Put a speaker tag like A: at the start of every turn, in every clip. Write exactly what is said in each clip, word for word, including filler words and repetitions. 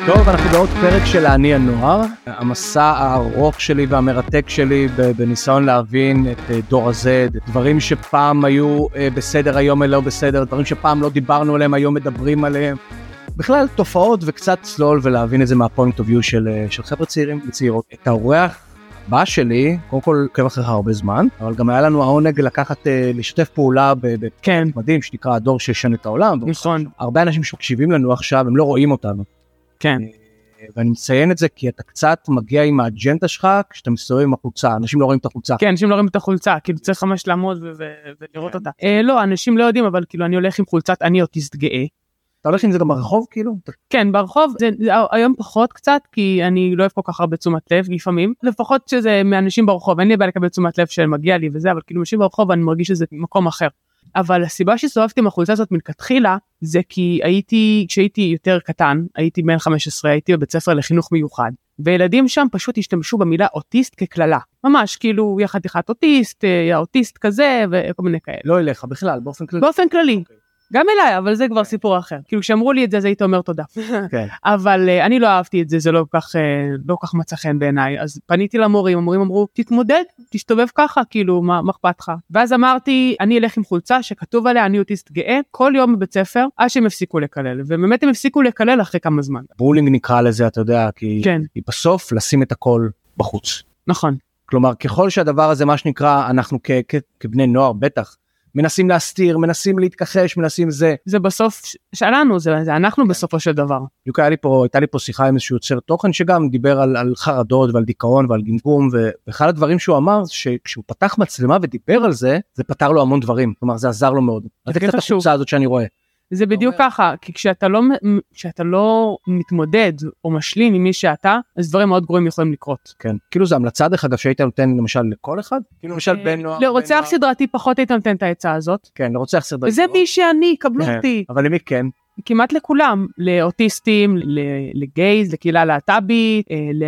A: טוב, אנחנו בעוד פרק של אני הנוער, המסע הארוך שלי והמרתק שלי בניסיון להבין את דור ה-Z, דברים שפעם היו בסדר, היום הם לא בסדר, דברים שפעם לא דיברנו עליהם, היום מדברים עליהם, בכלל תופעות וקצת צלול ולהבין את זה מהפוינט אוף ויו של, של חבר'ה צעירים וצעירות. את האורח הבא שלי, קודם כל עוקב אחריך הרבה זמן, אבל גם היה לנו העונג לקחת, לשתף פעולה בפרק מדהים שנקרא הדור שישנה את העולם.
B: נכון.
A: הרבה אנשים שמקשיבים לנו עכשיו, הם לא רואים אותנו.
B: כן.
A: ואני מציין את זה כי אתה קצת מגיע עם האג'נדה שלך כשאתה מסתובב עם החולצה, אנשים לא רואים את החולצה.
B: כן, אנשים לא רואים את החולצה, כאילו צריך ממש לעמוד ולראות אותה. לא, אנשים לא יודעים, אבל כאילו אני הולך עם חולצת אני אוטיסט גאה.
A: אתה הולך עם זה גם ברחוב כאילו?
B: כן, ברחוב, זה היום פחות קצת, כי אני לא אוהב כל כך הרבה תשומת לב לפעמים, לפחות שזה מאנשים ברחוב, אין לי בעיה לקבל תשומת לב שמגיע לי וזה, אבל כאילו אנשים ברחוב אני מרגיש שזה מקום אחר. אבל הסיבה שסובבתי עם החולצה הזאת מלכתחילה, זה כי הייתי, כשהייתי יותר קטן, הייתי בן חמש עשרה, הייתי בבית ספר לחינוך מיוחד, וילדים שם פשוט השתמשו במילה אוטיסט ככללה. ממש, כאילו, יחד אחד אוטיסט, אוטיסט כזה, וכל מיני כאלה.
A: לא אליך בכלל, באופן כללי.
B: באופן כללי. Okay. גם אליי, אבל זה כבר סיפור אחר. כאילו, כשאמרו לי את זה, אז הייתי אומר תודה.
A: כן.
B: אבל uh, אני לא אהבתי את זה, זה לא כך, uh, לא כך מצא חן בעיניי. אז פניתי למורים, המורים אמרו, תתמודד, תסתובב ככה, כאילו, מה, מה אכפת לך? ואז אמרתי, אני אלך עם חולצה שכתוב עליה, אני אוטיסט גאה, כל יום בבית ספר, עד שהם הפסיקו לקלל. ובאמת הם הפסיקו לקלל אחרי כמה זמן.
A: בולינג נקרא לזה, אתה יודע, כי
B: כן.
A: היא בסוף לשים את הכל בחוץ.
B: נכון.
A: כלומר, ככל שהדבר הזה, מה שנקרא, אנחנו כ- כ- כבני נוער, בטח, מנסים להסתיר, מנסים להתכחש, מנסים זה.
B: זה בסוף שלנו, זה, זה אנחנו בסופו של דבר.
A: בדיוק היה לי פה, הייתה לי פה שיחה עם איזשהו יוצר תוכן, שגם דיבר על, על חרדות ועל דיכאון ועל גמגום, ואחד הדברים שהוא אמר, שכשהוא פתח מצלמה ודיבר על זה, זה פתר לו המון דברים. כלומר, זה עזר לו מאוד. זה קצת החוצה הזאת שאני רואה.
B: זה בדיוק ככה, כי כשאתה לא, כשאתה לא מתמודד או משלים עם מי שאתה, אז דברים מאוד גרועים יכולים לקרות.
A: כן, כאילו זה המלצה דרך אגב שהיית נותן למשל לכל אחד? כאילו למשל בן נוער.
B: לרוצח סדרתי פחות היית נותן את העצה הזאת.
A: כן, לרוצח סדרתי.
B: וזה מי שאני, קבלו אותי.
A: אבל למי כן?
B: כמעט לכולם, לאוטיסטים, לגייז, לקהילה להט"בית,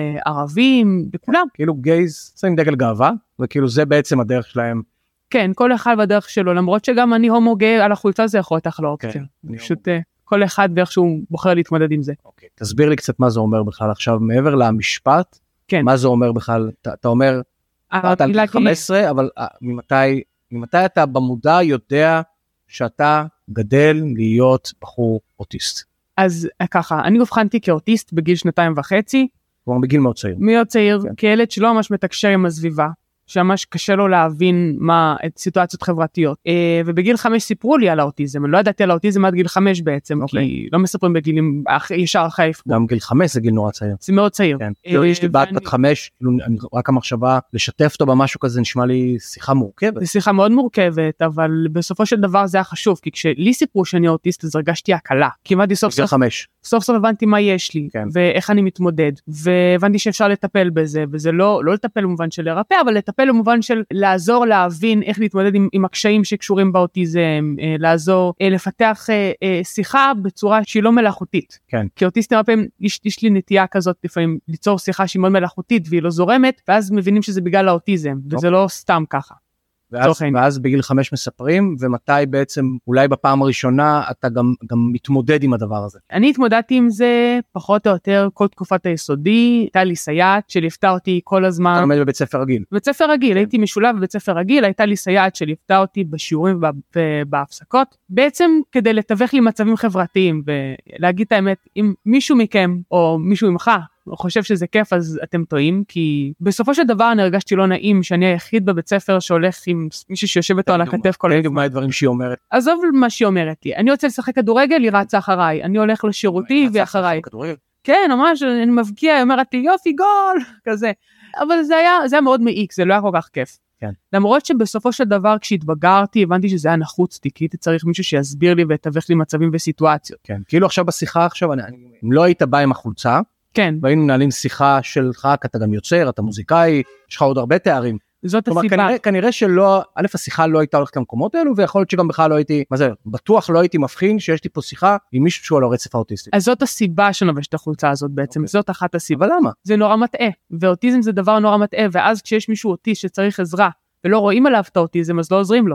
B: לערבים, לכולם.
A: כאילו גייז, זה עם דגל גאווה, וכאילו זה בעצם הדרך שלהם.
B: כן, כל אחד בדרך שלו, למרות שגם אני הומו גאה על החולצה, זה יכול להיות אחלה אופציה. פשוט כל אחד באיך שהוא בוחר להתמודד עם זה.
A: אוקיי, תסביר לי קצת מה זה אומר בכלל עכשיו, מעבר למשפט, מה זה אומר בכלל, אתה אומר, אתה על חמש עשרה, אבל ממתי, ממתי אתה במודע יודע שאתה גדל להיות בחור אוטיסט?
B: אז ככה, אני הבחנתי כאוטיסט בגיל שנתיים וחצי.
A: כלומר בגיל מאוד צעיר.
B: מאוד צעיר, כילד שלא ממש מתקשר עם הסביבה. שממש קשה לו להבין מה, את סיטואציות חברתיות. אה, ובגיל חמש סיפרו לי על האוטיזם, אני לא ידעתי על האוטיזם עד גיל חמש בעצם, okay. כי לא מספרים בגילים ישר אחרי האבחון.
A: גם גיל חמש זה גיל נורא צעיר.
B: זה מאוד צעיר.
A: כן. אה, יש לי בת בת חמש, אני, רק המחשבה לשתף אותו במשהו כזה נשמע לי שיחה מורכבת.
B: זה שיחה מאוד מורכבת, אבל בסופו של דבר זה היה חשוב, כי כשלי סיפרו שאני אוטיסט, אז הרגשתי הקלה. כמעט סוף סוף, סוף סוף הבנתי מה יש לי, כן. ואיך אני מתמודד, והבנתי שאפשר לטפל בזה, וזה לא, לא לטפל במובן של לרפא, אבל לטפל במובן של לעזור להבין איך להתמודד עם, עם הקשיים שקשורים באוטיזם, אה, לעזור, אה, לפתח אה, אה, שיחה בצורה שהיא לא מלאכותית.
A: כן.
B: כי אוטיסטים הפעמים, יש, יש לי נטייה כזאת לפעמים ליצור שיחה שהיא מאוד מלאכותית והיא לא זורמת, ואז מבינים שזה בגלל האוטיזם, וזה לא סתם ככה.
A: ואז, ואז בגיל חמש מספרים, ומתי בעצם, אולי בפעם הראשונה, אתה גם, גם מתמודד עם הדבר הזה.
B: אני התמודדתי עם זה פחות או יותר כל תקופת היסודי, הייתה לי סייעת שליפתה אותי כל הזמן.
A: אתה לומד בבית ספר רגיל.
B: בבית ספר רגיל, כן. הייתי משולב בבית ספר רגיל, הייתה לי סייעת שליפתה אותי בשיעורים ובהפסקות, בעצם כדי לתווך לי מצבים חברתיים, ולהגיד את האמת, אם מישהו מכם, או מישהו ממך, חושב שזה כיף, אז אתם טועים, כי בסופו של דבר אני הרגשתי לא נעים שאני היחיד בבית ספר שהולך עם מישהו שיושב איתו על הכתף כל הזמן.
A: מה הדברים שהיא אומרת?
B: עזוב מה שהיא אומרת לי, אני רוצה לשחק כדורגל, היא רצה אחריי, אני הולך לשירותי ואחריי. כן, ממש, אני מבקיע, היא אומרת לי יופי גול, כזה. אבל זה היה, זה היה מאוד מעיק, זה לא היה כל כך כיף. למרות שבסופו של דבר כשהתבגרתי הבנתי שזה היה נחוץ, כי הייתי צריך מישהו שיסביר לי ויתווך לי מצבים וסיטואציות. כן, כאילו עכשיו בשיחה עכשיו, אם לא היית בא עם החולצה, כן. והיינו מנהלים שיחה שלך, כי אתה גם יוצר, אתה מוזיקאי, יש לך עוד הרבה תארים. זאת
A: כלומר,
B: הסיבה.
A: כנראה, כנראה שלא, א', השיחה לא הייתה הולכת למקומות האלו, ויכול להיות שגם בכלל לא הייתי, מה זה, בטוח לא הייתי מבחין שיש לי פה שיחה עם מישהו שהוא על הרצף האוטיסטי.
B: אז זאת הסיבה שנובש את החולצה הזאת בעצם, okay. זאת אחת הסיבה.
A: אבל למה?
B: זה נורא מטעה, ואוטיזם זה דבר נורא מטעה, ואז כשיש מישהו אוטיסט שצריך עזרה, ולא רואים עליו את האוטיזם, אז לא עוזרים לו.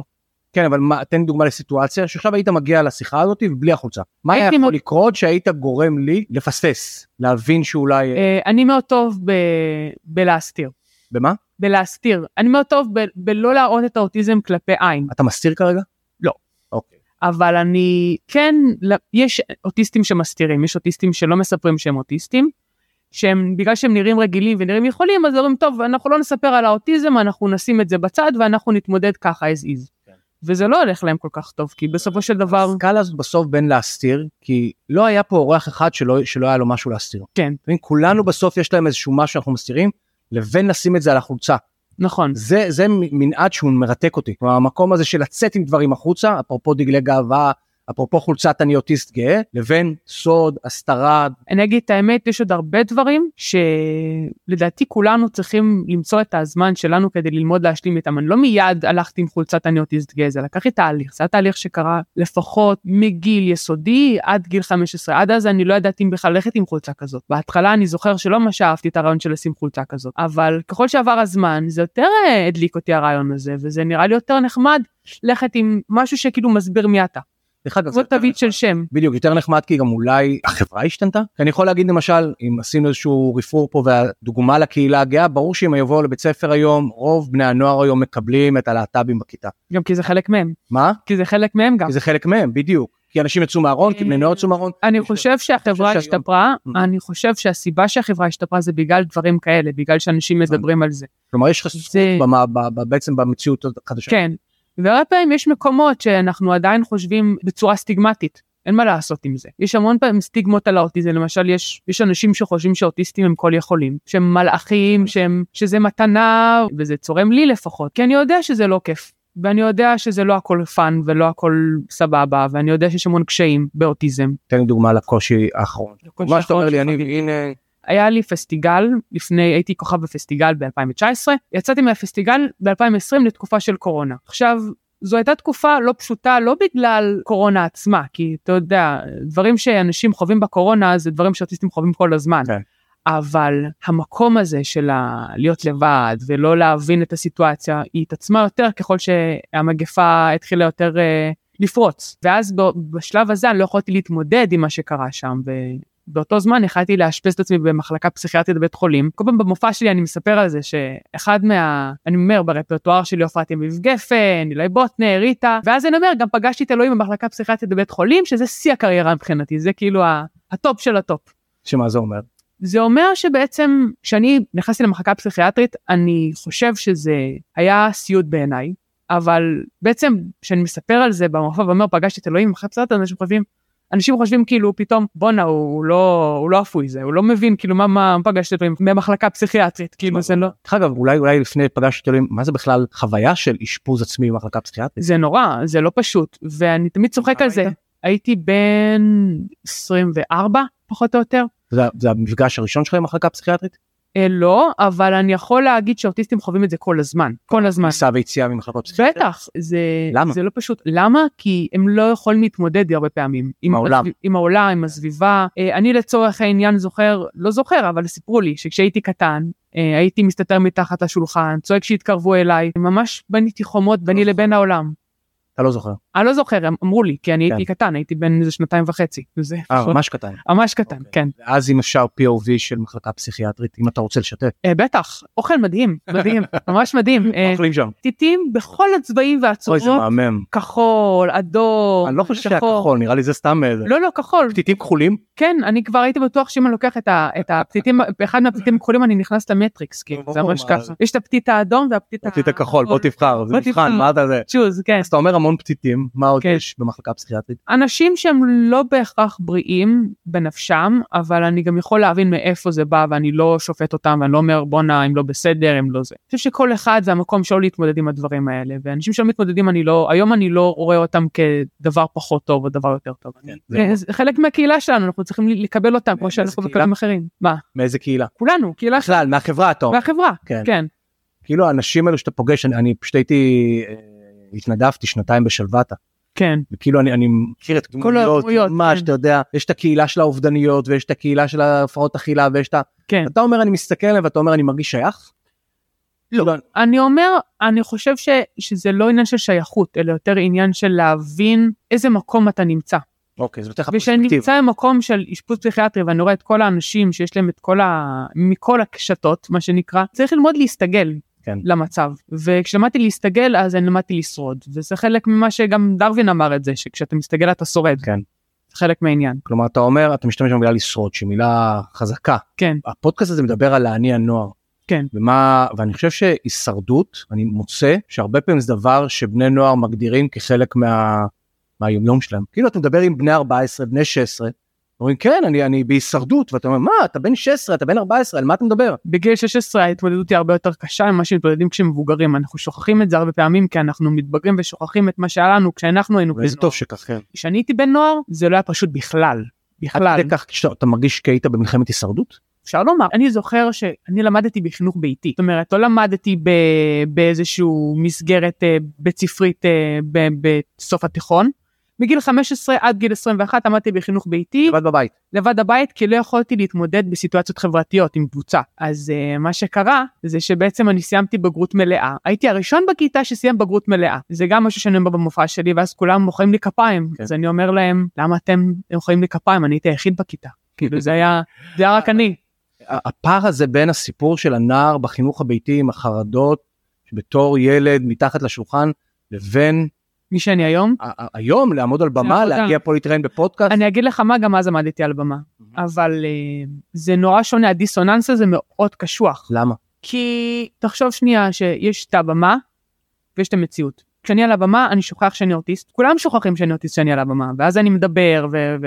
A: כן, אבל מה, תן דוגמה לסיטואציה, שעכשיו היית מגיע לשיחה הזאת ובלי החולצה. מה היה יכול
B: מ...
A: לקרות שהיית גורם לי לפספס, להבין שאולי...
B: אני מאוד טוב ב... בלהסתיר.
A: במה?
B: בלהסתיר. אני מאוד טוב ב... בלא להראות את האוטיזם כלפי עין.
A: אתה מסתיר כרגע?
B: לא.
A: אוקיי.
B: אבל אני, כן, יש אוטיסטים שמסתירים, יש אוטיסטים שלא מספרים שהם אוטיסטים, שהם, בגלל שהם נראים רגילים ונראים יכולים, אז אומרים, טוב, אנחנו לא נספר על האוטיזם, אנחנו נשים את זה בצד, ואנחנו נתמודד ככה as is. כן. וזה לא הולך להם כל כך טוב, כי בסופו של דבר...
A: הסקאלה הזאת בסוף בין להסתיר, כי לא היה פה אורח אחד שלא, שלא היה לו משהו להסתיר.
B: כן.
A: כולנו בסוף יש להם איזשהו משהו שאנחנו מסתירים, לבין לשים את זה על החולצה.
B: נכון.
A: זה, זה מנעד שהוא מרתק אותי. כלומר, המקום הזה של לצאת עם דברים החוצה, אפרופו דגלי גאווה, אפרופו חולצת אני אוטיסט גאה, לבין סוד, הסתרה.
B: אני אגיד את האמת, יש עוד הרבה דברים שלדעתי כולנו צריכים למצוא את הזמן שלנו כדי ללמוד להשלים איתם. אני לא מיד הלכתי עם חולצת אני אוטיסט גאה, זה לקח לי תהליך. זה התהליך שקרה לפחות מגיל יסודי עד גיל חמש עשרה. עד אז אני לא ידעתי אם בכלל ללכת עם חולצה כזאת. בהתחלה אני זוכר שלא מה שאהבתי את הרעיון של לשים חולצה כזאת. אבל ככל שעבר הזמן, זה יותר הדליק אותי הרעיון הזה, וזה נראה לי יותר נחמד ללכת עם משהו שכאילו מסביר מי אתה. זאת תווית של שם.
A: בדיוק, יותר נחמד כי גם אולי החברה השתנתה. אני יכול להגיד למשל, אם עשינו איזשהו רפרור פה והדוגמה לקהילה הגאה, ברור שאם יבואו לבית ספר היום, רוב בני הנוער היום מקבלים את הלהט"בים בכיתה.
B: גם כי זה חלק מהם.
A: מה?
B: כי זה חלק מהם גם.
A: כי זה חלק מהם, בדיוק. כי אנשים יצאו מהארון, כי בני נוער יצאו מהארון.
B: אני חושב שהחברה השתפרה, אני חושב שהסיבה שהחברה השתפרה זה בגלל דברים כאלה, בגלל שאנשים מדברים על זה.
A: כלומר, יש חשיבות בעצם במציאות החדשה.
B: כן. והרבה פעמים יש מקומות שאנחנו עדיין חושבים בצורה סטיגמטית, אין מה לעשות עם זה. יש המון פעמים סטיגמות על האוטיזם, למשל יש, יש אנשים שחושבים שאוטיסטים הם כל יכולים, שהם מלאכים, שהם, שזה מתנה, וזה צורם לי לפחות, כי אני יודע שזה לא כיף, ואני יודע שזה לא הכל פן ולא הכל סבבה, ואני יודע שיש המון קשיים באוטיזם.
A: תן דוגמה לקושי האחרון. מה שאתה אומר לי, אני, הנה...
B: היה לי פסטיגל, לפני, הייתי כוכב בפסטיגל ב-אלפיים תשע עשרה, יצאתי מהפסטיגל ב-אלפיים עשרים לתקופה של קורונה. עכשיו, זו הייתה תקופה לא פשוטה, לא בגלל קורונה עצמה, כי אתה יודע, דברים שאנשים חווים בקורונה, זה דברים שאוטיסטים חווים כל הזמן. Okay. אבל המקום הזה של להיות לבד, ולא להבין את הסיטואציה, היא התעצמה יותר ככל שהמגפה התחילה יותר uh, לפרוץ. ואז בשלב הזה אני לא יכולתי להתמודד עם מה שקרה שם, ו... באותו זמן החלטתי להשפס את עצמי במחלקה פסיכיאטרית בבית חולים. כל פעם במופע שלי אני מספר על זה שאחד מה... אני אומר, ברפרטואר שלי הופעתי עם אביב גפן, אילי בוטנר, ריטה, ואז אני אומר, גם פגשתי את אלוהים במחלקה פסיכיאטרית בבית חולים, שזה שיא הקריירה מבחינתי, זה כאילו הטופ של הטופ.
A: שמה זה אומר?
B: זה אומר שבעצם, כשאני נכנסתי למחלקה פסיכיאטרית, אני חושב שזה היה סיוט בעיניי, אבל בעצם, כשאני מספר על זה במופע ואומר, פגשתי את אלוהים במחלקה פסיכיאטרית, אנשים חושבים, אנשים חושבים כאילו פתאום, בונה, הוא לא, הוא לא אפוי זה, הוא לא מבין כאילו מה, מה פגשת אלוהים במחלקה פסיכיאטרית, כאילו זה לא.
A: אגב, אולי, אולי לפני פגשת אלוהים, מה זה בכלל חוויה של אשפוז עצמי במחלקה פסיכיאטרית?
B: זה נורא, זה לא פשוט, ואני תמיד צוחק על זה. הייתי בן עשרים וארבע, פחות או יותר.
A: זה, זה המפגש הראשון שלך עם מחלקה פסיכיאטרית?
B: לא, אבל אני יכול להגיד שאוטיסטים חווים את זה כל הזמן, כל הזמן.
A: כניסה ויציאה ממחלקות פסיכיאטרית?
B: בטח, זה,
A: למה?
B: זה לא פשוט. למה? כי הם לא יכולים להתמודד הרבה פעמים. עם
A: העולם.
B: הסביב, עם העולם, עם הסביבה. אני לצורך העניין זוכר, לא זוכר, אבל סיפרו לי שכשהייתי קטן, הייתי מסתתר מתחת לשולחן, צועק שהתקרבו אליי, ממש בניתי חומות ביני לבין העולם.
A: אתה לא זוכר?
B: אני לא זוכר, אמרו לי, כי אני הייתי קטן, הייתי בין איזה שנתיים וחצי.
A: אה, ממש קטן.
B: ממש קטן, כן.
A: אז אם אפשר פי או וי של מחלקה פסיכיאטרית, אם אתה רוצה לשתף.
B: בטח, אוכל מדהים, מדהים, ממש מדהים.
A: אוכלים שם.
B: פתיתים בכל הצבעים והצורות.
A: אוי, זה מהמם.
B: כחול, אדום,
A: אני לא חושב שהיה כחול, נראה לי זה סתם איזה.
B: לא, לא, כחול.
A: פתיתים כחולים?
B: כן, אני כבר הייתי בטוח שאם אני לוקח את הפתיתים, באחד מהפתיתים הכחולים אני נכנס למטריקס, כי זה ממש ככה. יש את הפתית האדום והפתית
A: הכחול, בוא תבחר, זה מבחן, מה אתה זה?
B: צ'וז, כן.
A: אז אתה אומר המון פתיתים, מה עוד יש במחלקה פסיכיאטרית?
B: אנשים שהם לא בהכרח בריאים בנפשם, אבל אני גם יכול להבין מאיפה זה בא, ואני לא שופט אותם, ואני לא אומר בונה, הם לא בסדר, הם לא זה. אני חושב שכל אחד זה המקום שלא להתמודד עם הדברים האלה, ואנשים שלא מתמודדים, אני לא, היום אני לא רואה אותם כדבר פחות טוב, או דבר יותר טוב. זה חלק מהקהילה שלנו, אנחנו צריכים לקבל אותם, כמו שאנחנו בקהלים אחרים. מה?
A: מאיזה קהילה?
B: כולנו, קהילה.
A: בכלל, מהחברה, טוב.
B: מהחברה, כן.
A: כאילו האנשים האלו שאתה פוגש, אני פשוט הייתי, התנדבתי שנתיים בשלוותה.
B: כן.
A: וכאילו אני, אני מכיר את דמויות, ממש, כן. אתה יודע, יש את הקהילה של האובדניות, ויש את הקהילה של הפרעות אכילה, ויש את ה...
B: כן.
A: אתה אומר, אני מסתכל עליהם, ואתה אומר, אני מרגיש שייך?
B: לא, אני אומר, אני חושב ש, שזה לא עניין של שייכות, אלא יותר עניין של להבין איזה מקום אתה נמצא.
A: אוקיי, זה בטח
B: הפרספקטיב. ושאני נמצא במקום של אשפוז פסיכיאטרי, ואני רואה את כל האנשים שיש להם את כל ה... מכל הקשתות, מה שנקרא, צריך ללמוד להסתגל כן. למצב. וכשלמדתי להסתגל, אז אני למדתי לשרוד. וזה חלק ממה שגם דרווין אמר את זה, שכשאתה מסתגל אתה שורד.
A: כן.
B: זה חלק מהעניין.
A: כלומר, אתה אומר, אתה משתמש במילה לשרוד, שהיא מילה חזקה.
B: כן.
A: הפודקאסט הזה מדבר על להניע נוער.
B: כן.
A: ומה, ואני חושב שהישרדות, אני מוצא שהרבה פעמים זה דבר שבני נוער מגדירים כחלק מה, מהיומיום שלהם. כאילו אתה מדבר עם בני ארבע עשרה, בני שש עשרה, אומרים כן, אני, אני בהישרדות, ואתה אומר, מה, אתה בן שש עשרה, אתה בן ארבע עשרה, על מה אתה מדבר?
B: בגיל שש עשרה ההתמודדות היא הרבה יותר קשה ממה שמתמודדים כשמבוגרים, אנחנו שוכחים את זה הרבה פעמים, כי אנחנו מתבגרים ושוכחים את מה שהיה לנו כשאנחנו היינו בן נוער.
A: וזה טוב שכך, כן.
B: כשאני הייתי בן נוער, זה לא היה פשוט בכלל, בכלל.
A: עד כדי כך, כשאתה מרגיש שהיית במלחמת הישרדות?
B: אפשר לומר, אני זוכר שאני למדתי בחינוך ביתי, זאת אומרת, לא למדתי באיזשהו מסגרת בית ספרית בסוף התיכון, מגיל חמש עשרה עד גיל עשרים ואחת עמדתי בחינוך ביתי.
A: לבד בבית.
B: לבד בבית, כי לא יכולתי להתמודד בסיטואציות חברתיות עם קבוצה. אז uh, מה שקרה, זה שבעצם אני סיימתי בגרות מלאה. הייתי הראשון בכיתה שסיים בגרות מלאה. זה גם משהו שאני אומר במופע שלי, ואז כולם מוחאים לי כפיים. כן. אז אני אומר להם, למה אתם מוחאים לי כפיים? אני הייתי היחיד בכיתה. כאילו זה היה, זה היה רק אני.
A: הפער הזה בין הסיפור של הנער בחינוך הביתי עם החרדות, בתור ילד מתחת לשולחן, לבין
B: מי שאני היום?
A: היום לעמוד על במה, להגיע פה להתראיין בפודקאסט.
B: אני אגיד לך מה, גם אז עמדתי על במה. אבל זה נורא שונה, הדיסוננס הזה מאוד קשוח.
A: למה?
B: כי תחשוב שנייה שיש את הבמה, ויש את המציאות. כשאני על הבמה, אני שוכח שאני אוטיסט. כולם שוכחים שאני אוטיסט כשאני על הבמה, ואז אני מדבר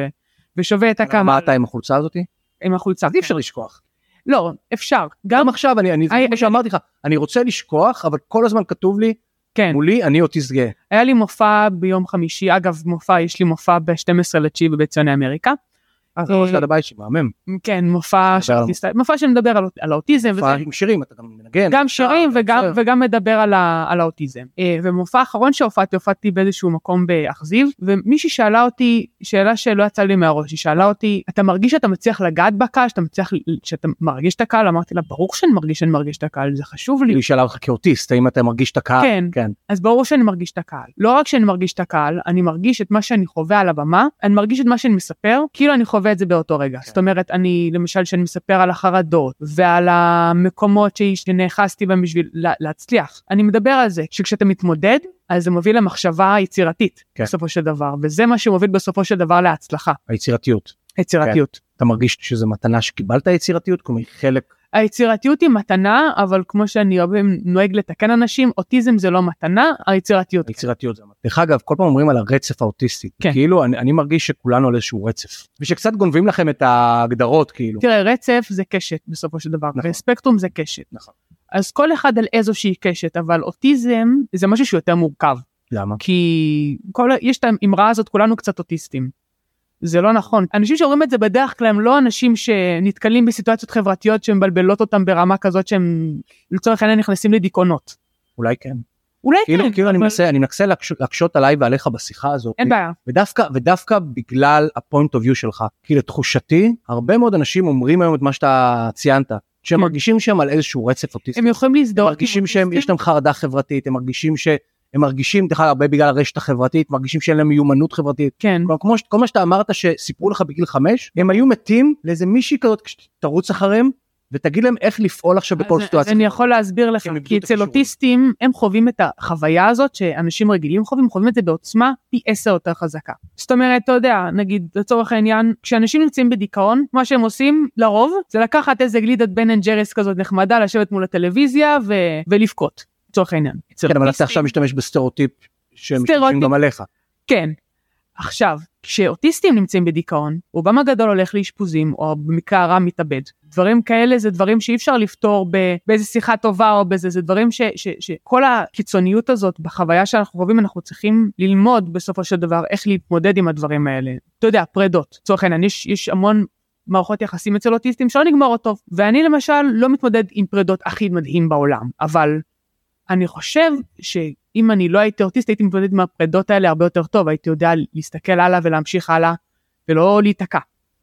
B: ושווה את הכמה.
A: מה אתה עם החולצה הזאת?
B: עם החולצה.
A: אז אי אפשר לשכוח.
B: לא, אפשר.
A: גם עכשיו, אני, כמו שאמרתי לך, אני רוצה לשכוח, אבל כל הזמן כתוב לי,
B: כן.
A: מולי, אני אוטיסט גאה.
B: היה לי מופע ביום חמישי, אגב מופע, יש לי מופע ב-שתים עשרה לתשיעי בבית ציוני אמריקה.
A: אה, זה ראש ליד הבית שמאמם.
B: כן, מופע, מופע שמדבר על, על האוטיזם.
A: מופע עם שירים, אתה גם מנגן.
B: גם שירים וגם, וגם מדבר על, ה, על האוטיזם. ומופע האחרון שהופעתי, הופעתי באיזשהו מקום באכזיב, ומישהי שאלה אותי, שאלה שלא יצאה לי מהראש, היא שאלה אותי, אתה מרגיש שאתה מצליח לגעת בקהל, שאתה מצליח, שאתה מרגיש את הקהל? אמרתי לה, ברור שאני מרגיש שאני מרגיש את הקהל, זה חשוב לי.
A: היא שאלה אותך כאוטיסט, האם אתה מרגיש את הקהל?
B: כן, כן. אז ברור שאני מרגיש את הקהל. לא רק שאני מרגיש את הקהל, אני מרגיש את מה שאני חווה על הבמה, אני מרגיש את מה שאני מספר, כאילו אני חווה את זה באותו רגע. זאת אומרת, אני, למשל, שאני מספר על החרדות, ועל המקומות שנאחזתי בהם בשביל להצליח. אני מדבר על זה, שכשאתה מתמודד, אז זה מוביל למחשבה יצירתית, כן. בסופו של דבר, וזה מה שמוביל בסופו של דבר להצלחה.
A: היצירתיות.
B: היצירתיות.
A: כן. אתה מרגיש שזה מתנה שקיבלת היצירתיות, כמו חלק...
B: היצירתיות היא מתנה, אבל כמו שאני נוהג לתקן אנשים, אוטיזם זה לא מתנה, היצירתיות.
A: היצירתיות זה מתנה. דרך אגב, כל פעם אומרים על הרצף האוטיסטי, כן. כאילו אני, אני מרגיש שכולנו על איזשהו רצף, ושקצת גונבים לכם את ההגדרות, כאילו.
B: תראה, רצף זה קשת בסופו של דבר, נכון. וספקטרום זה קשת.
A: נכון.
B: אז כל אחד על איזושהי קשת, אבל אוטיזם זה משהו שהוא יותר מורכב.
A: למה?
B: כי כל, יש את האמרה הזאת, כולנו קצת אוטיסטים. זה לא נכון. אנשים שאומרים את זה בדרך כלל הם לא אנשים שנתקלים בסיטואציות חברתיות שמבלבלות אותם ברמה כזאת שהם לצורך העניין נכנסים לדיכאונות.
A: אולי כן.
B: אולי
A: כאילו,
B: כן.
A: כאילו אבל... אני מנסה, אני מנסה להקש, להקשות עליי ועליך בשיחה הזאת.
B: אין בעיה.
A: ודווקא, ודווקא בגלל הפוינט אוף ויו שלך. כי לתחושתי, הרבה מאוד אנשים אומרים היום את מה שאתה ציינת, שהם כן. מרגישים שהם על איזשהו רצף אוטיסטי.
B: הם יכולים להזדהות.
A: הם מרגישים שהם, יש להם חרדה חברתית, הם מרגישים ש... הם מרגישים, דרך אגב, הרבה בגלל הרשת החברתית, מרגישים שאין להם מיומנות חברתית.
B: כן.
A: כמו, כל מה שאתה אמרת שסיפרו לך בגיל חמש, הם היו מתים לאיזה מישהי כזאת, כשתרוץ אחריהם, ותגיד להם איך לפעול עכשיו בכל סיטואציה.
B: אז אני יכול להסביר לך, כי אצל אוטיסטים, הם חווים את החוויה הזאת, שאנשים רגילים חווים, חווים את זה בעוצמה, פי עשר יותר חזקה. זאת אומרת, אתה יודע, נגיד, לצורך העניין, כשאנשים נמצאים בדיכאון, מה שהם עושים, לרוב, זה לקחת איזה גלידת בן אנד ג'ריס כזאת נחמדה, לשבת מול הטלוויזיה ולבכות. לצורך העניין.
A: כן, אבל אתה עכשיו משתמש בסטריאוטיפ שמשתמשים גם עליך.
B: כן. עכשיו, כשאוטיסטים נמצאים בדיכאון, רובם הגדול הולך לאשפוזים, או במקרה הרע מתאבד. דברים כאלה זה דברים שאי אפשר לפתור באיזה שיחה טובה או בזה, זה דברים ש, ש, שכל הקיצוניות הזאת בחוויה שאנחנו חווים, אנחנו צריכים ללמוד בסופו של דבר איך להתמודד עם הדברים האלה. אתה יודע, פרדות. לצורך העניין, יש, יש המון מערכות יחסים אצל אוטיסטים שלא נגמרות טוב. ואני למשל לא מתמודד עם פרדות הכי מדהים בעולם, אבל אני חושב שאם אני לא הייתי אוטיסט, הייתי מתמודד עם הפרדות האלה הרבה יותר טוב, הייתי יודע להסתכל הלאה ולהמשיך הלאה, ולא להתעקע.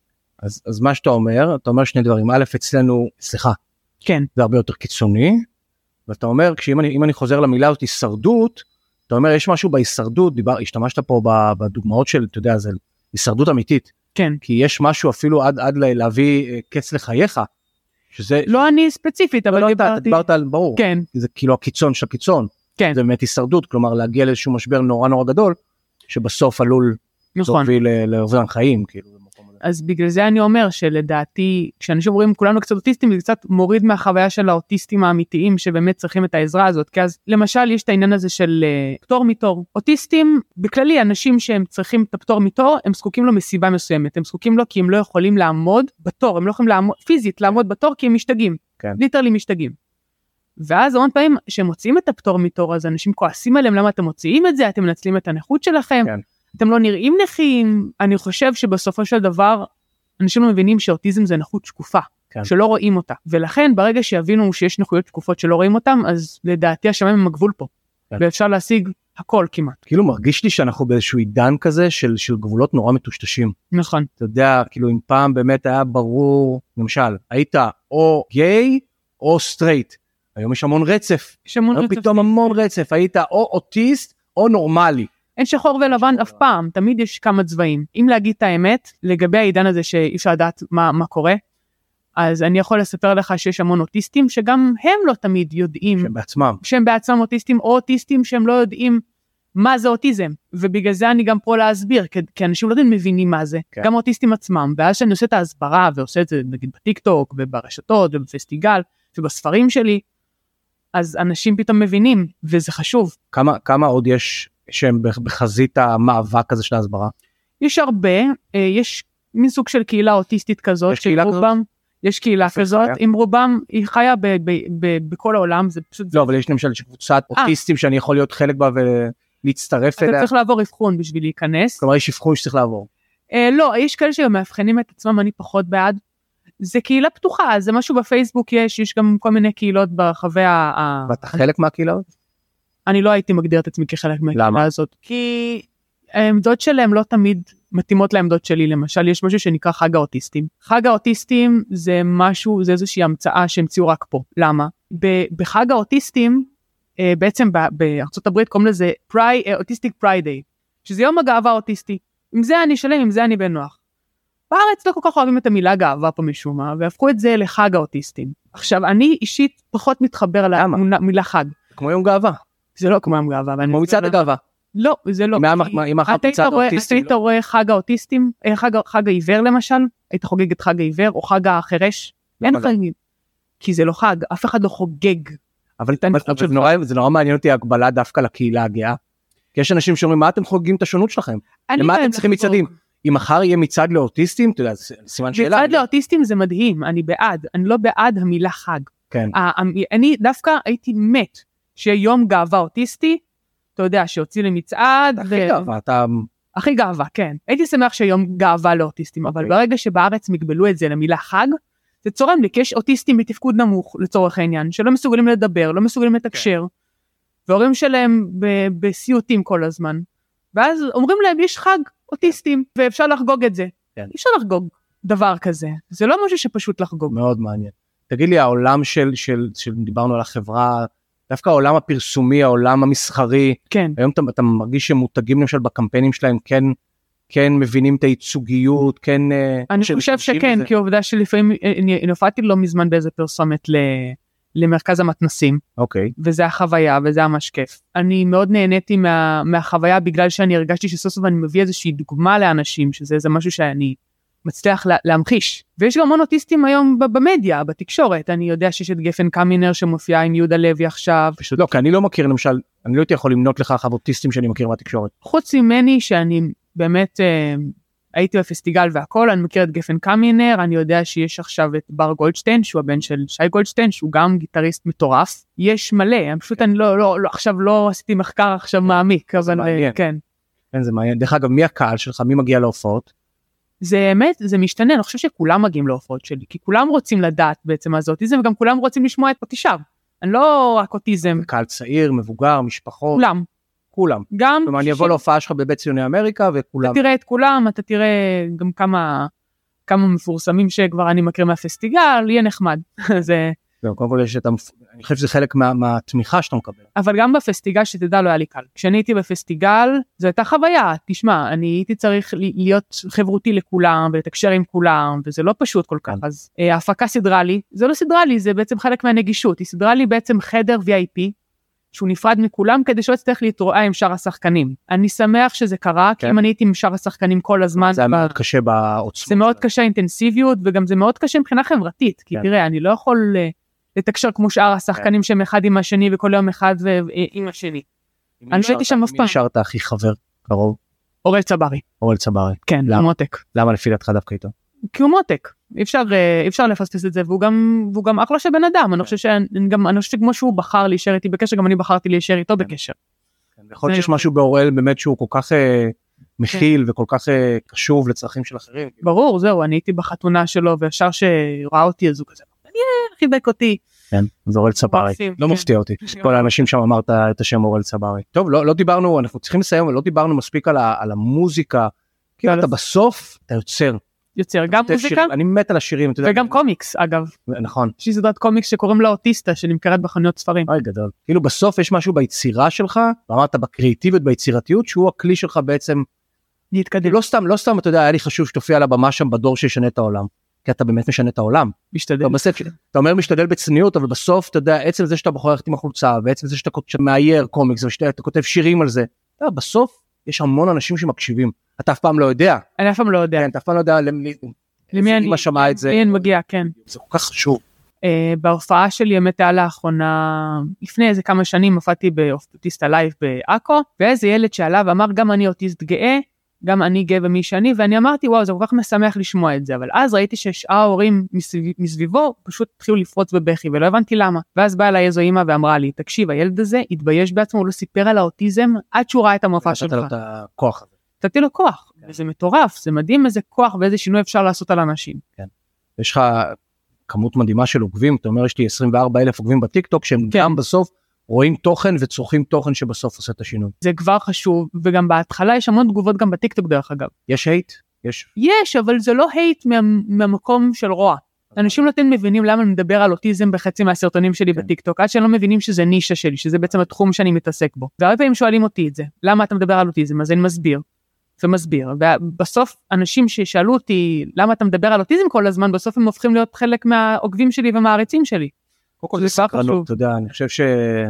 A: אז, אז מה שאתה אומר, אתה אומר שני דברים, א', אצלנו, סליחה,
B: כן.
A: זה הרבה יותר קיצוני, ואתה אומר, כשאם אני, אם אני חוזר למילה הזאת, הישרדות, אתה אומר, יש משהו בהישרדות, דיבר, השתמשת פה בדוגמאות של, אתה יודע, זה הישרדות אמיתית.
B: כן.
A: כי יש משהו אפילו עד, עד להביא קץ לחייך, שזה...
B: לא אני ספציפית, אבל
A: לא
B: דיברתי...
A: אתה דיברת על, ברור.
B: כן.
A: זה כאילו הקיצון של הקיצון.
B: כן.
A: זה באמת הישרדות, כלומר, להגיע לאיזשהו משבר נורא נורא גדול, שבסוף עלול להוביל לאובדן חיים, כאילו.
B: אז בגלל זה אני אומר שלדעתי, כשאנשים אומרים כולנו קצת אוטיסטים, זה קצת מוריד מהחוויה של האוטיסטים האמיתיים, שבאמת צריכים את העזרה הזאת, כי אז למשל יש את העניין הזה של uh, פטור מתור. אוטיסטים, בכללי, אנשים שהם צריכים את הפטור מתור, הם זקוקים לו מסיבה מסוימת, הם זקוקים לו כי הם לא יכולים לעמוד בתור, הם לא יכולים לעמוד, פיזית לעמוד בתור כי הם משתגעים,
A: כן.
B: ליטרלי משתגעים. ואז המון פעמים שהם מוציאים את הפטור מתור, אז אנשים כועסים עליהם, למה אתם מוציאים את זה, אתם מנצלים את הנכות שלכם.
A: כן.
B: אתם לא נראים נכים, אני חושב שבסופו של דבר, אנשים לא מבינים שאוטיזם זה נכות שקופה, כן. שלא רואים אותה, ולכן ברגע שיבינו שיש נכויות שקופות שלא רואים אותם, אז לדעתי השמיים הם הגבול פה, כן. ואפשר להשיג הכל כמעט. כאילו מרגיש לי שאנחנו באיזשהו עידן כזה, של, של גבולות נורא מטושטשים. נכון. אתה יודע, כאילו אם פעם באמת היה ברור, למשל, היית או גיי, או סטרייט, היום יש המון רצף, יש המון רצף. פתאום המון רצף, היית או אוטיסט, או נורמלי. אין שחור ולבן אף פעם, תמיד יש כמה צבעים. אם להגיד את האמת, לגבי העידן הזה שאי אפשר לדעת מה, מה קורה, אז אני יכול לספר לך שיש המון אוטיסטים, שגם הם לא תמיד יודעים, שהם בעצמם, שהם בעצמם אוטיסטים, או אוטיסטים שהם לא יודעים מה זה אוטיזם, ובגלל זה אני גם פה להסביר, כי, כי אנשים לא יודעים מבינים מה זה, כן. גם אוטיסטים עצמם, ואז שאני עושה את ההסברה, ועושה את זה נגיד בטיק טוק, וברשתות, ובפסטיגל, ובספרים שלי, אז אנשים פתאום מבינים, וזה חשוב. כמה, כמה עוד יש שהם בחזית המאבק הזה של ההסברה? יש הרבה, יש מין סוג של קהילה אוטיסטית כזאת, יש קהילה כזאת? יש קהילה כזאת, עם רובם היא חיה ב- ב- ב- בכל העולם, זה פשוט... לא, אבל יש למשל קבוצת אוטיסטים שאני יכול להיות חלק בה ולהצטרף אליה. אתה צריך לעבור אבחון בשביל להיכנס. כלומר, יש אבחון שצריך לעבור. לא, יש כאלה שמאבחנים את עצמם, אני פחות בעד. זה קהילה פתוחה, זה משהו בפייסבוק יש, יש גם כל מיני קהילות ברחבי ה... ואתה חלק מהקהילות? אני לא הייתי מגדיר את עצמי כחלק מהקהילה הזאת, כי העמדות שלהם לא תמיד מתאימות לעמדות שלי. למשל, יש משהו שנקרא חג האוטיסטים. חג האוטיסטים זה משהו, זה איזושהי המצאה שהמציאו רק פה. למה? בחג האוטיסטים, בעצם בארצות הברית קוראים לזה אוטיסטיק פריידיי, שזה יום הגאווה האוטיסטי. עם זה אני שלם, עם זה אני בנוח. בארץ לא כל כך אוהבים את המילה גאווה פה משום מה, והפכו את זה לחג האוטיסטים. עכשיו, אני אישית פחות מתחבר על המילה חג. כמו יום גאווה. זה לא כמו יום גאווה. כמו מצעד הגאווה. לא, זה לא. אתה היית רואה חג האוטיסטים, חג העיוור למשל, היית חוגג את חג העיוור, או חג החירש, אין חגים. כי זה לא חג, אף אחד לא חוגג. אבל זה נורא מעניין אותי ההגבלה דווקא לקהילה הגאה. כי יש אנשים שאומרים, מה אתם חוגגים את השונות שלכם? למה אתם צריכים מצעדים? אם מחר יהיה מצעד לאוטיסטים, אתה יודע, סימן שאלה. מצעד לאוטיסטים זה מדהים, אני בעד, אני לא בעד המילה חג. כן. אני דווקא הייתי מת, שיום גאווה אוטיסטי, אתה יודע, שהוציא למצעד. הכי גאווה, אתה... הכי גאווה, כן. הייתי שמח שיום גאווה לאוטיסטים, אבל ברגע שבארץ מגבלו את זה למילה חג, זה צורם לי, כי יש אוטיסטים בתפקוד נמוך, לצורך העניין, שלא מסוגלים לדבר, לא מסוגלים לתקשר, והורים שלהם בסיוטים כל הזמן. ואז אומרים להם, יש חג אוטיסטים, ואפשר לחגוג את זה. אי אפשר לחגוג דבר כזה. זה לא משהו שפשוט לחגוג. מאוד מעניין. תגיד לי, העולם של, של, של דיברנו על החברה, דווקא העולם הפרסומי, העולם המסחרי, כן. היום אתה, אתה מרגיש שמותגים למשל בקמפיינים שלהם, כן, כן מבינים את הייצוגיות, כן... אני חושב שכן, זה. כי העובדה שלפעמים, נופעתי לא מזמן באיזה פרסומת ל... למרכז המתנסים, אוקיי. וזה החוויה, וזה המשקף. אני מאוד נהניתי מה, מהחוויה, בגלל שאני הרגשתי שסוף סוף אני מביא איזושהי דוגמה לאנשים, שזה איזה משהו שאני מצליח לה, להמחיש. ויש גם המון אוטיסטים היום במדיה, בתקשורת. אני יודע שיש את גפן קמינר שמופיעה עם יהודה לוי עכשיו. פשוט לא, כי אני לא מכיר, למשל, אני לא הייתי יכול למנות לך אחר אוטיסטים שאני מכיר בתקשורת. חוץ ממני, שאני באמת... אה, הייתי בפסטיגל והכל, אני מכיר את גפן קמינר, אני יודע שיש עכשיו את בר גולדשטיין, שהוא הבן של שי גולדשטיין, שהוא גם גיטריסט מטורף. יש מלא, פשוט אני לא, לא, לא, עכשיו לא עשיתי מחקר עכשיו מעמיק, אבל כן. כן, זה מעניין. דרך אגב, מי הקהל שלך? מי מגיע להופעות? זה אמת, זה משתנה, אני חושב שכולם מגיעים להופעות שלי, כי כולם רוצים לדעת בעצם מה זה אוטיזם, וגם כולם רוצים לשמוע את אוטישב. אני לא רק אוטיזם. קהל צעיר, מבוגר, משפחות. כולם. כולם. גם... כלומר, אני אבוא להופעה שלך בבית ציוני אמריקה וכולם. אתה תראה את כולם, אתה תראה גם כמה, כמה מפורסמים שכבר אני מכיר מהפסטיגל, יהיה נחמד. זה,
A: קודם כל יש את, אני חושב שזה חלק מה, מהתמיכה שאתה מקבל.
B: אבל גם בפסטיגל שתדע לא היה לי קל. כשאני הייתי בפסטיגל, זו הייתה חוויה, תשמע, אני הייתי צריך להיות חברותי לכולם, ולתקשר עם כולם, וזה לא פשוט כל כך. אז ההפקה סדרה לי, זה לא סדרה לי, זה בעצם חלק מהנגישות, היא סדרה לי בעצם חדר וי איי פי, שהוא נפרד מכולם, כדי שלא יצטרך להתראה עם שאר השחקנים. אני שמח שזה קרה, כי אם אני הייתי עם שאר השחקנים כל הזמן,
A: זה מאוד קשה בעוצמות.
B: זה מאוד קשה אינטנסיביות, וגם זה מאוד קשה מבחינה חברתית, כי תראה, אני לא יכול לתקשר כמו שאר השחקנים שהם אחד עם השני, וכל יום אחד עם השני. אני לא הייתי שם אף פעם.
A: מי נשארת הכי חבר קרוב?
B: אורל צברי.
A: אורל צברי.
B: כן, מותק.
A: למה לפי דעתך דווקא איתו?
B: כי הוא מותק. אפשר, אפשר לפספס את זה, והוא גם, והוא גם אחלה של בן אדם. אני חושב שגם, אני חושב שכמו שהוא בחר להישאר איתי בקשר, גם אני בחרתי להישאר איתו בקשר.
A: יכול להיות שיש משהו באורל באמת שהוא כל כך מכיל וכל כך קשוב לצרכים של אחרים.
B: ברור, זהו, אני הייתי בחתונה שלו, וישר שראה אותי, אז הוא כזה, חיבק אותי.
A: כן, זה אורל צברי. לא מפתיע אותי. כל האנשים שם אמרת את השם אורל צברי. טוב, לא דיברנו, אנחנו צריכים לסיים, אבל לא דיברנו מספיק על המוזיקה, כי אתה בסוף, אתה יוצר.
B: יוצר גם מוזיקה,
A: אני מת על השירים,
B: וגם קומיקס אגב.
A: נכון.
B: יש סדרת קומיקס שקוראים לה אוטיסטה, שנמכרת בחנויות ספרים.
A: אוי גדול. כאילו בסוף יש משהו ביצירה שלך, ואמרת בקריאטיביות, ביצירתיות, שהוא הכלי שלך בעצם להתקדם. לא סתם, לא סתם, אתה יודע, היה לי חשוב שתופיע על הבמה שם בדור שישנה את העולם. כי אתה באמת משנה את העולם.
B: משתדל.
A: אתה אומר משתדל בצניעות, אבל בסוף, אתה יודע, עצם זה שאתה בוחר עם החולצה, ועצם זה שאתה מאייר קומיקס, ושאתה כותב שירים על זה, בסוף יש המון אנשים שמקשיבים. אתה אף פעם לא יודע.
B: אני אף פעם לא יודע.
A: אתה אף פעם לא יודע למי אני שמע את זה.
B: למי אני מגיע, כן.
A: זה כל כך חשוב.
B: בהופעה שלי האמת היה לאחרונה, לפני איזה כמה שנים, הופעתי באוטיסטה לייב באקו, ואיזה ילד שעלה ואמר, גם אני אוטיסט גאה, גם אני גאה במי שאני, ואני אמרתי, וואו, זה כל כך משמח לשמוע את זה, אבל אז ראיתי ששאר ההורים מסביבו פשוט התחילו לפרוץ בבכי, ולא הבנתי למה. ואז באה אליי איזו אמא ואמרה לי, תקשיב, הילד הזה התבייש בעצמו, הוא לא סיפר על האוטיזם, עד שהוא ראה את המופע שלך.
A: נתת לו את הכוח הזה.
B: נתתי לו כוח, וזה מטורף, זה מדהים איזה כוח ואיזה שינוי אפשר לעשות על אנשים.
A: כן. יש לך כמות מדהימה של עוקבים, אתה אומר, יש לי עשרים וארבעה אלף עוקבים בטיקטוק, שהם גם בסוף רואים תוכן וצורכים תוכן שבסוף עושה את השינוי.
B: זה כבר חשוב, וגם בהתחלה יש המון תגובות גם בטיקטוק דרך אגב.
A: יש הייט? יש.
B: יש, אבל זה לא הייט מה, מהמקום של רוע. אנשים לא תמיד מבינים למה אני מדבר על אוטיזם בחצי מהסרטונים שלי כן. בטיקטוק, עד שהם לא מבינים שזה נישה שלי, שזה בעצם התחום שאני מתעסק בו. והרבה פעמים שואלים אותי את זה, למה אתה מדבר על אוטיזם? אז אני מסביר, ומסביר. ובסוף אנשים ששאלו אותי, למה אתה מדבר על אוטיזם כל הזמן, בסוף הם הופכים להיות חלק מהעוקבים שלי ומהעריצים שלי.
A: קודם כל זה סקרנות, אתה יודע, אני חושב ש...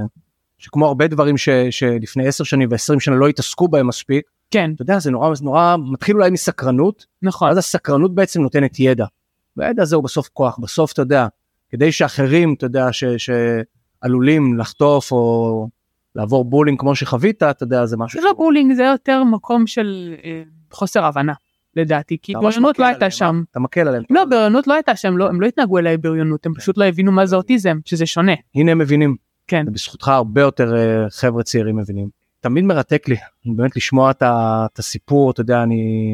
A: שכמו הרבה דברים ש... שלפני עשר שנים ועשרים שנה לא התעסקו בהם מספיק,
B: כן.
A: אתה יודע, זה נורא, נורא, מתחיל אולי מסקרנות,
B: נכון.
A: אז הסקרנות בעצם נותנת ידע, והידע הזה הוא בסוף כוח, בסוף אתה יודע, כדי שאחרים, אתה יודע, ש... שעלולים לחטוף או לעבור בולינג כמו שחווית, אתה יודע, זה משהו...
B: זה לא בולינג, זה יותר מקום של אה, חוסר הבנה. לדעתי, כי בריונות לא הייתה שם.
A: אתה מקל עליהם.
B: לא, בריונות לא הייתה שם, הם לא התנהגו אליי בריונות, הם פשוט לא הבינו מה זה אוטיזם, שזה שונה.
A: הנה הם מבינים.
B: כן.
A: ובזכותך הרבה יותר חבר'ה צעירים מבינים. תמיד מרתק לי, באמת לשמוע את הסיפור, אתה יודע,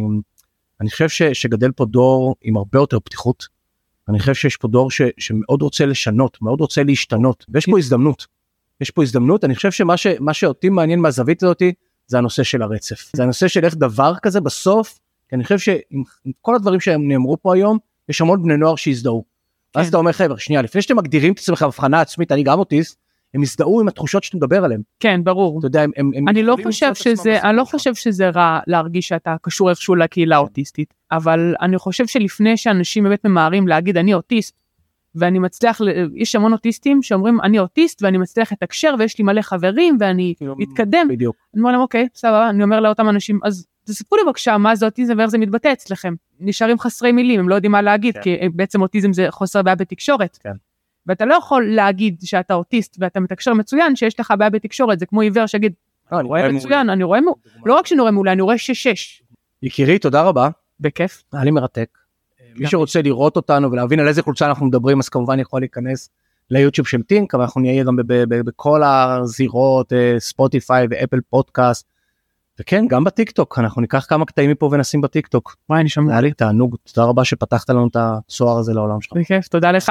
A: אני חושב שגדל פה דור עם הרבה יותר פתיחות, אני חושב שיש פה דור שמאוד רוצה לשנות, מאוד רוצה להשתנות, ויש פה הזדמנות. יש פה הזדמנות, אני חושב שמה שאותי מעניין מהזווית הזאת, זה הנושא של הרצף. זה הנושא של איך דבר כזה בסוף, כי אני חושב שעם כל הדברים שהם נאמרו פה היום, יש המון בני נוער שהזדהו. כן. אז אתה אומר, חבר'ה, שנייה, לפני שאתם מגדירים את עצמך הבחנה עצמית, אני גם אוטיסט, הם הזדהו עם התחושות שאתה מדבר עליהם.
B: כן, ברור.
A: אתה יודע, הם, הם, הם
B: אני לא חושב שזה, אני לא חושב שזה רע להרגיש שאתה קשור איכשהו לקהילה האוטיסטית, אבל אני חושב שלפני שאנשים באמת ממהרים להגיד, אני אוטיסט, ואני מצליח, יש המון אוטיסטים שאומרים, אני אוטיסט, ואני מצליח לתקשר, ויש לי מלא חברים, ואני מתקדם.
A: בדיוק.
B: אני אומר להם, אוקיי, סבבה, אני אומר לאותם אנשים, אז תספרו לי בבקשה, מה זה אוטיזם, ואיך זה מתבטא אצלכם. נשארים חסרי מילים, הם לא יודעים מה להגיד, כן. כי בעצם אוטיזם זה חוסר בעיה בתקשורת. כן. ואתה לא יכול להגיד שאתה אוטיסט, ואתה מתקשר מצוין, שיש לך בעיה בתקשורת, זה כמו עיוור שיגיד,
A: לא,
B: אני רואה מצוין, אני רואה, לא רק שאני רואה מעולה, אני רואה שש-שש.
A: יקירי, תודה רבה.
B: בכיף.
A: היה לי מרתק. מי שרוצה לראות אותנו ולהבין על איזה חולצה אנחנו מדברים, אז כמובן יכול להיכנס ליוטיוב של טינק, אבל אנחנו נהיה גם בכל הזירות, ספוטיפיי ואפל פודקאסט, וכן, גם בטיקטוק, אנחנו ניקח כמה קטעים מפה ונשים בטיקטוק.
B: וואי, אני שומע.
A: היה לי תענוג, תודה רבה שפתחת לנו את הצוהר הזה לעולם שלך.
B: בכיף, תודה לך.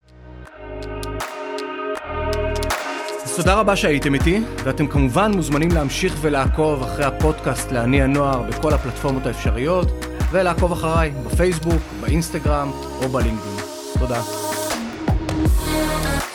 A: תודה רבה שהייתם איתי, ואתם כמובן מוזמנים להמשיך ולעקוב אחרי הפודקאסט לעני הנוער בכל הפלטפורמות האפשריות, ולעקוב אחריי בפייסבוק, באינסטגרם או בלינקדאין. תודה.
C: Thank you.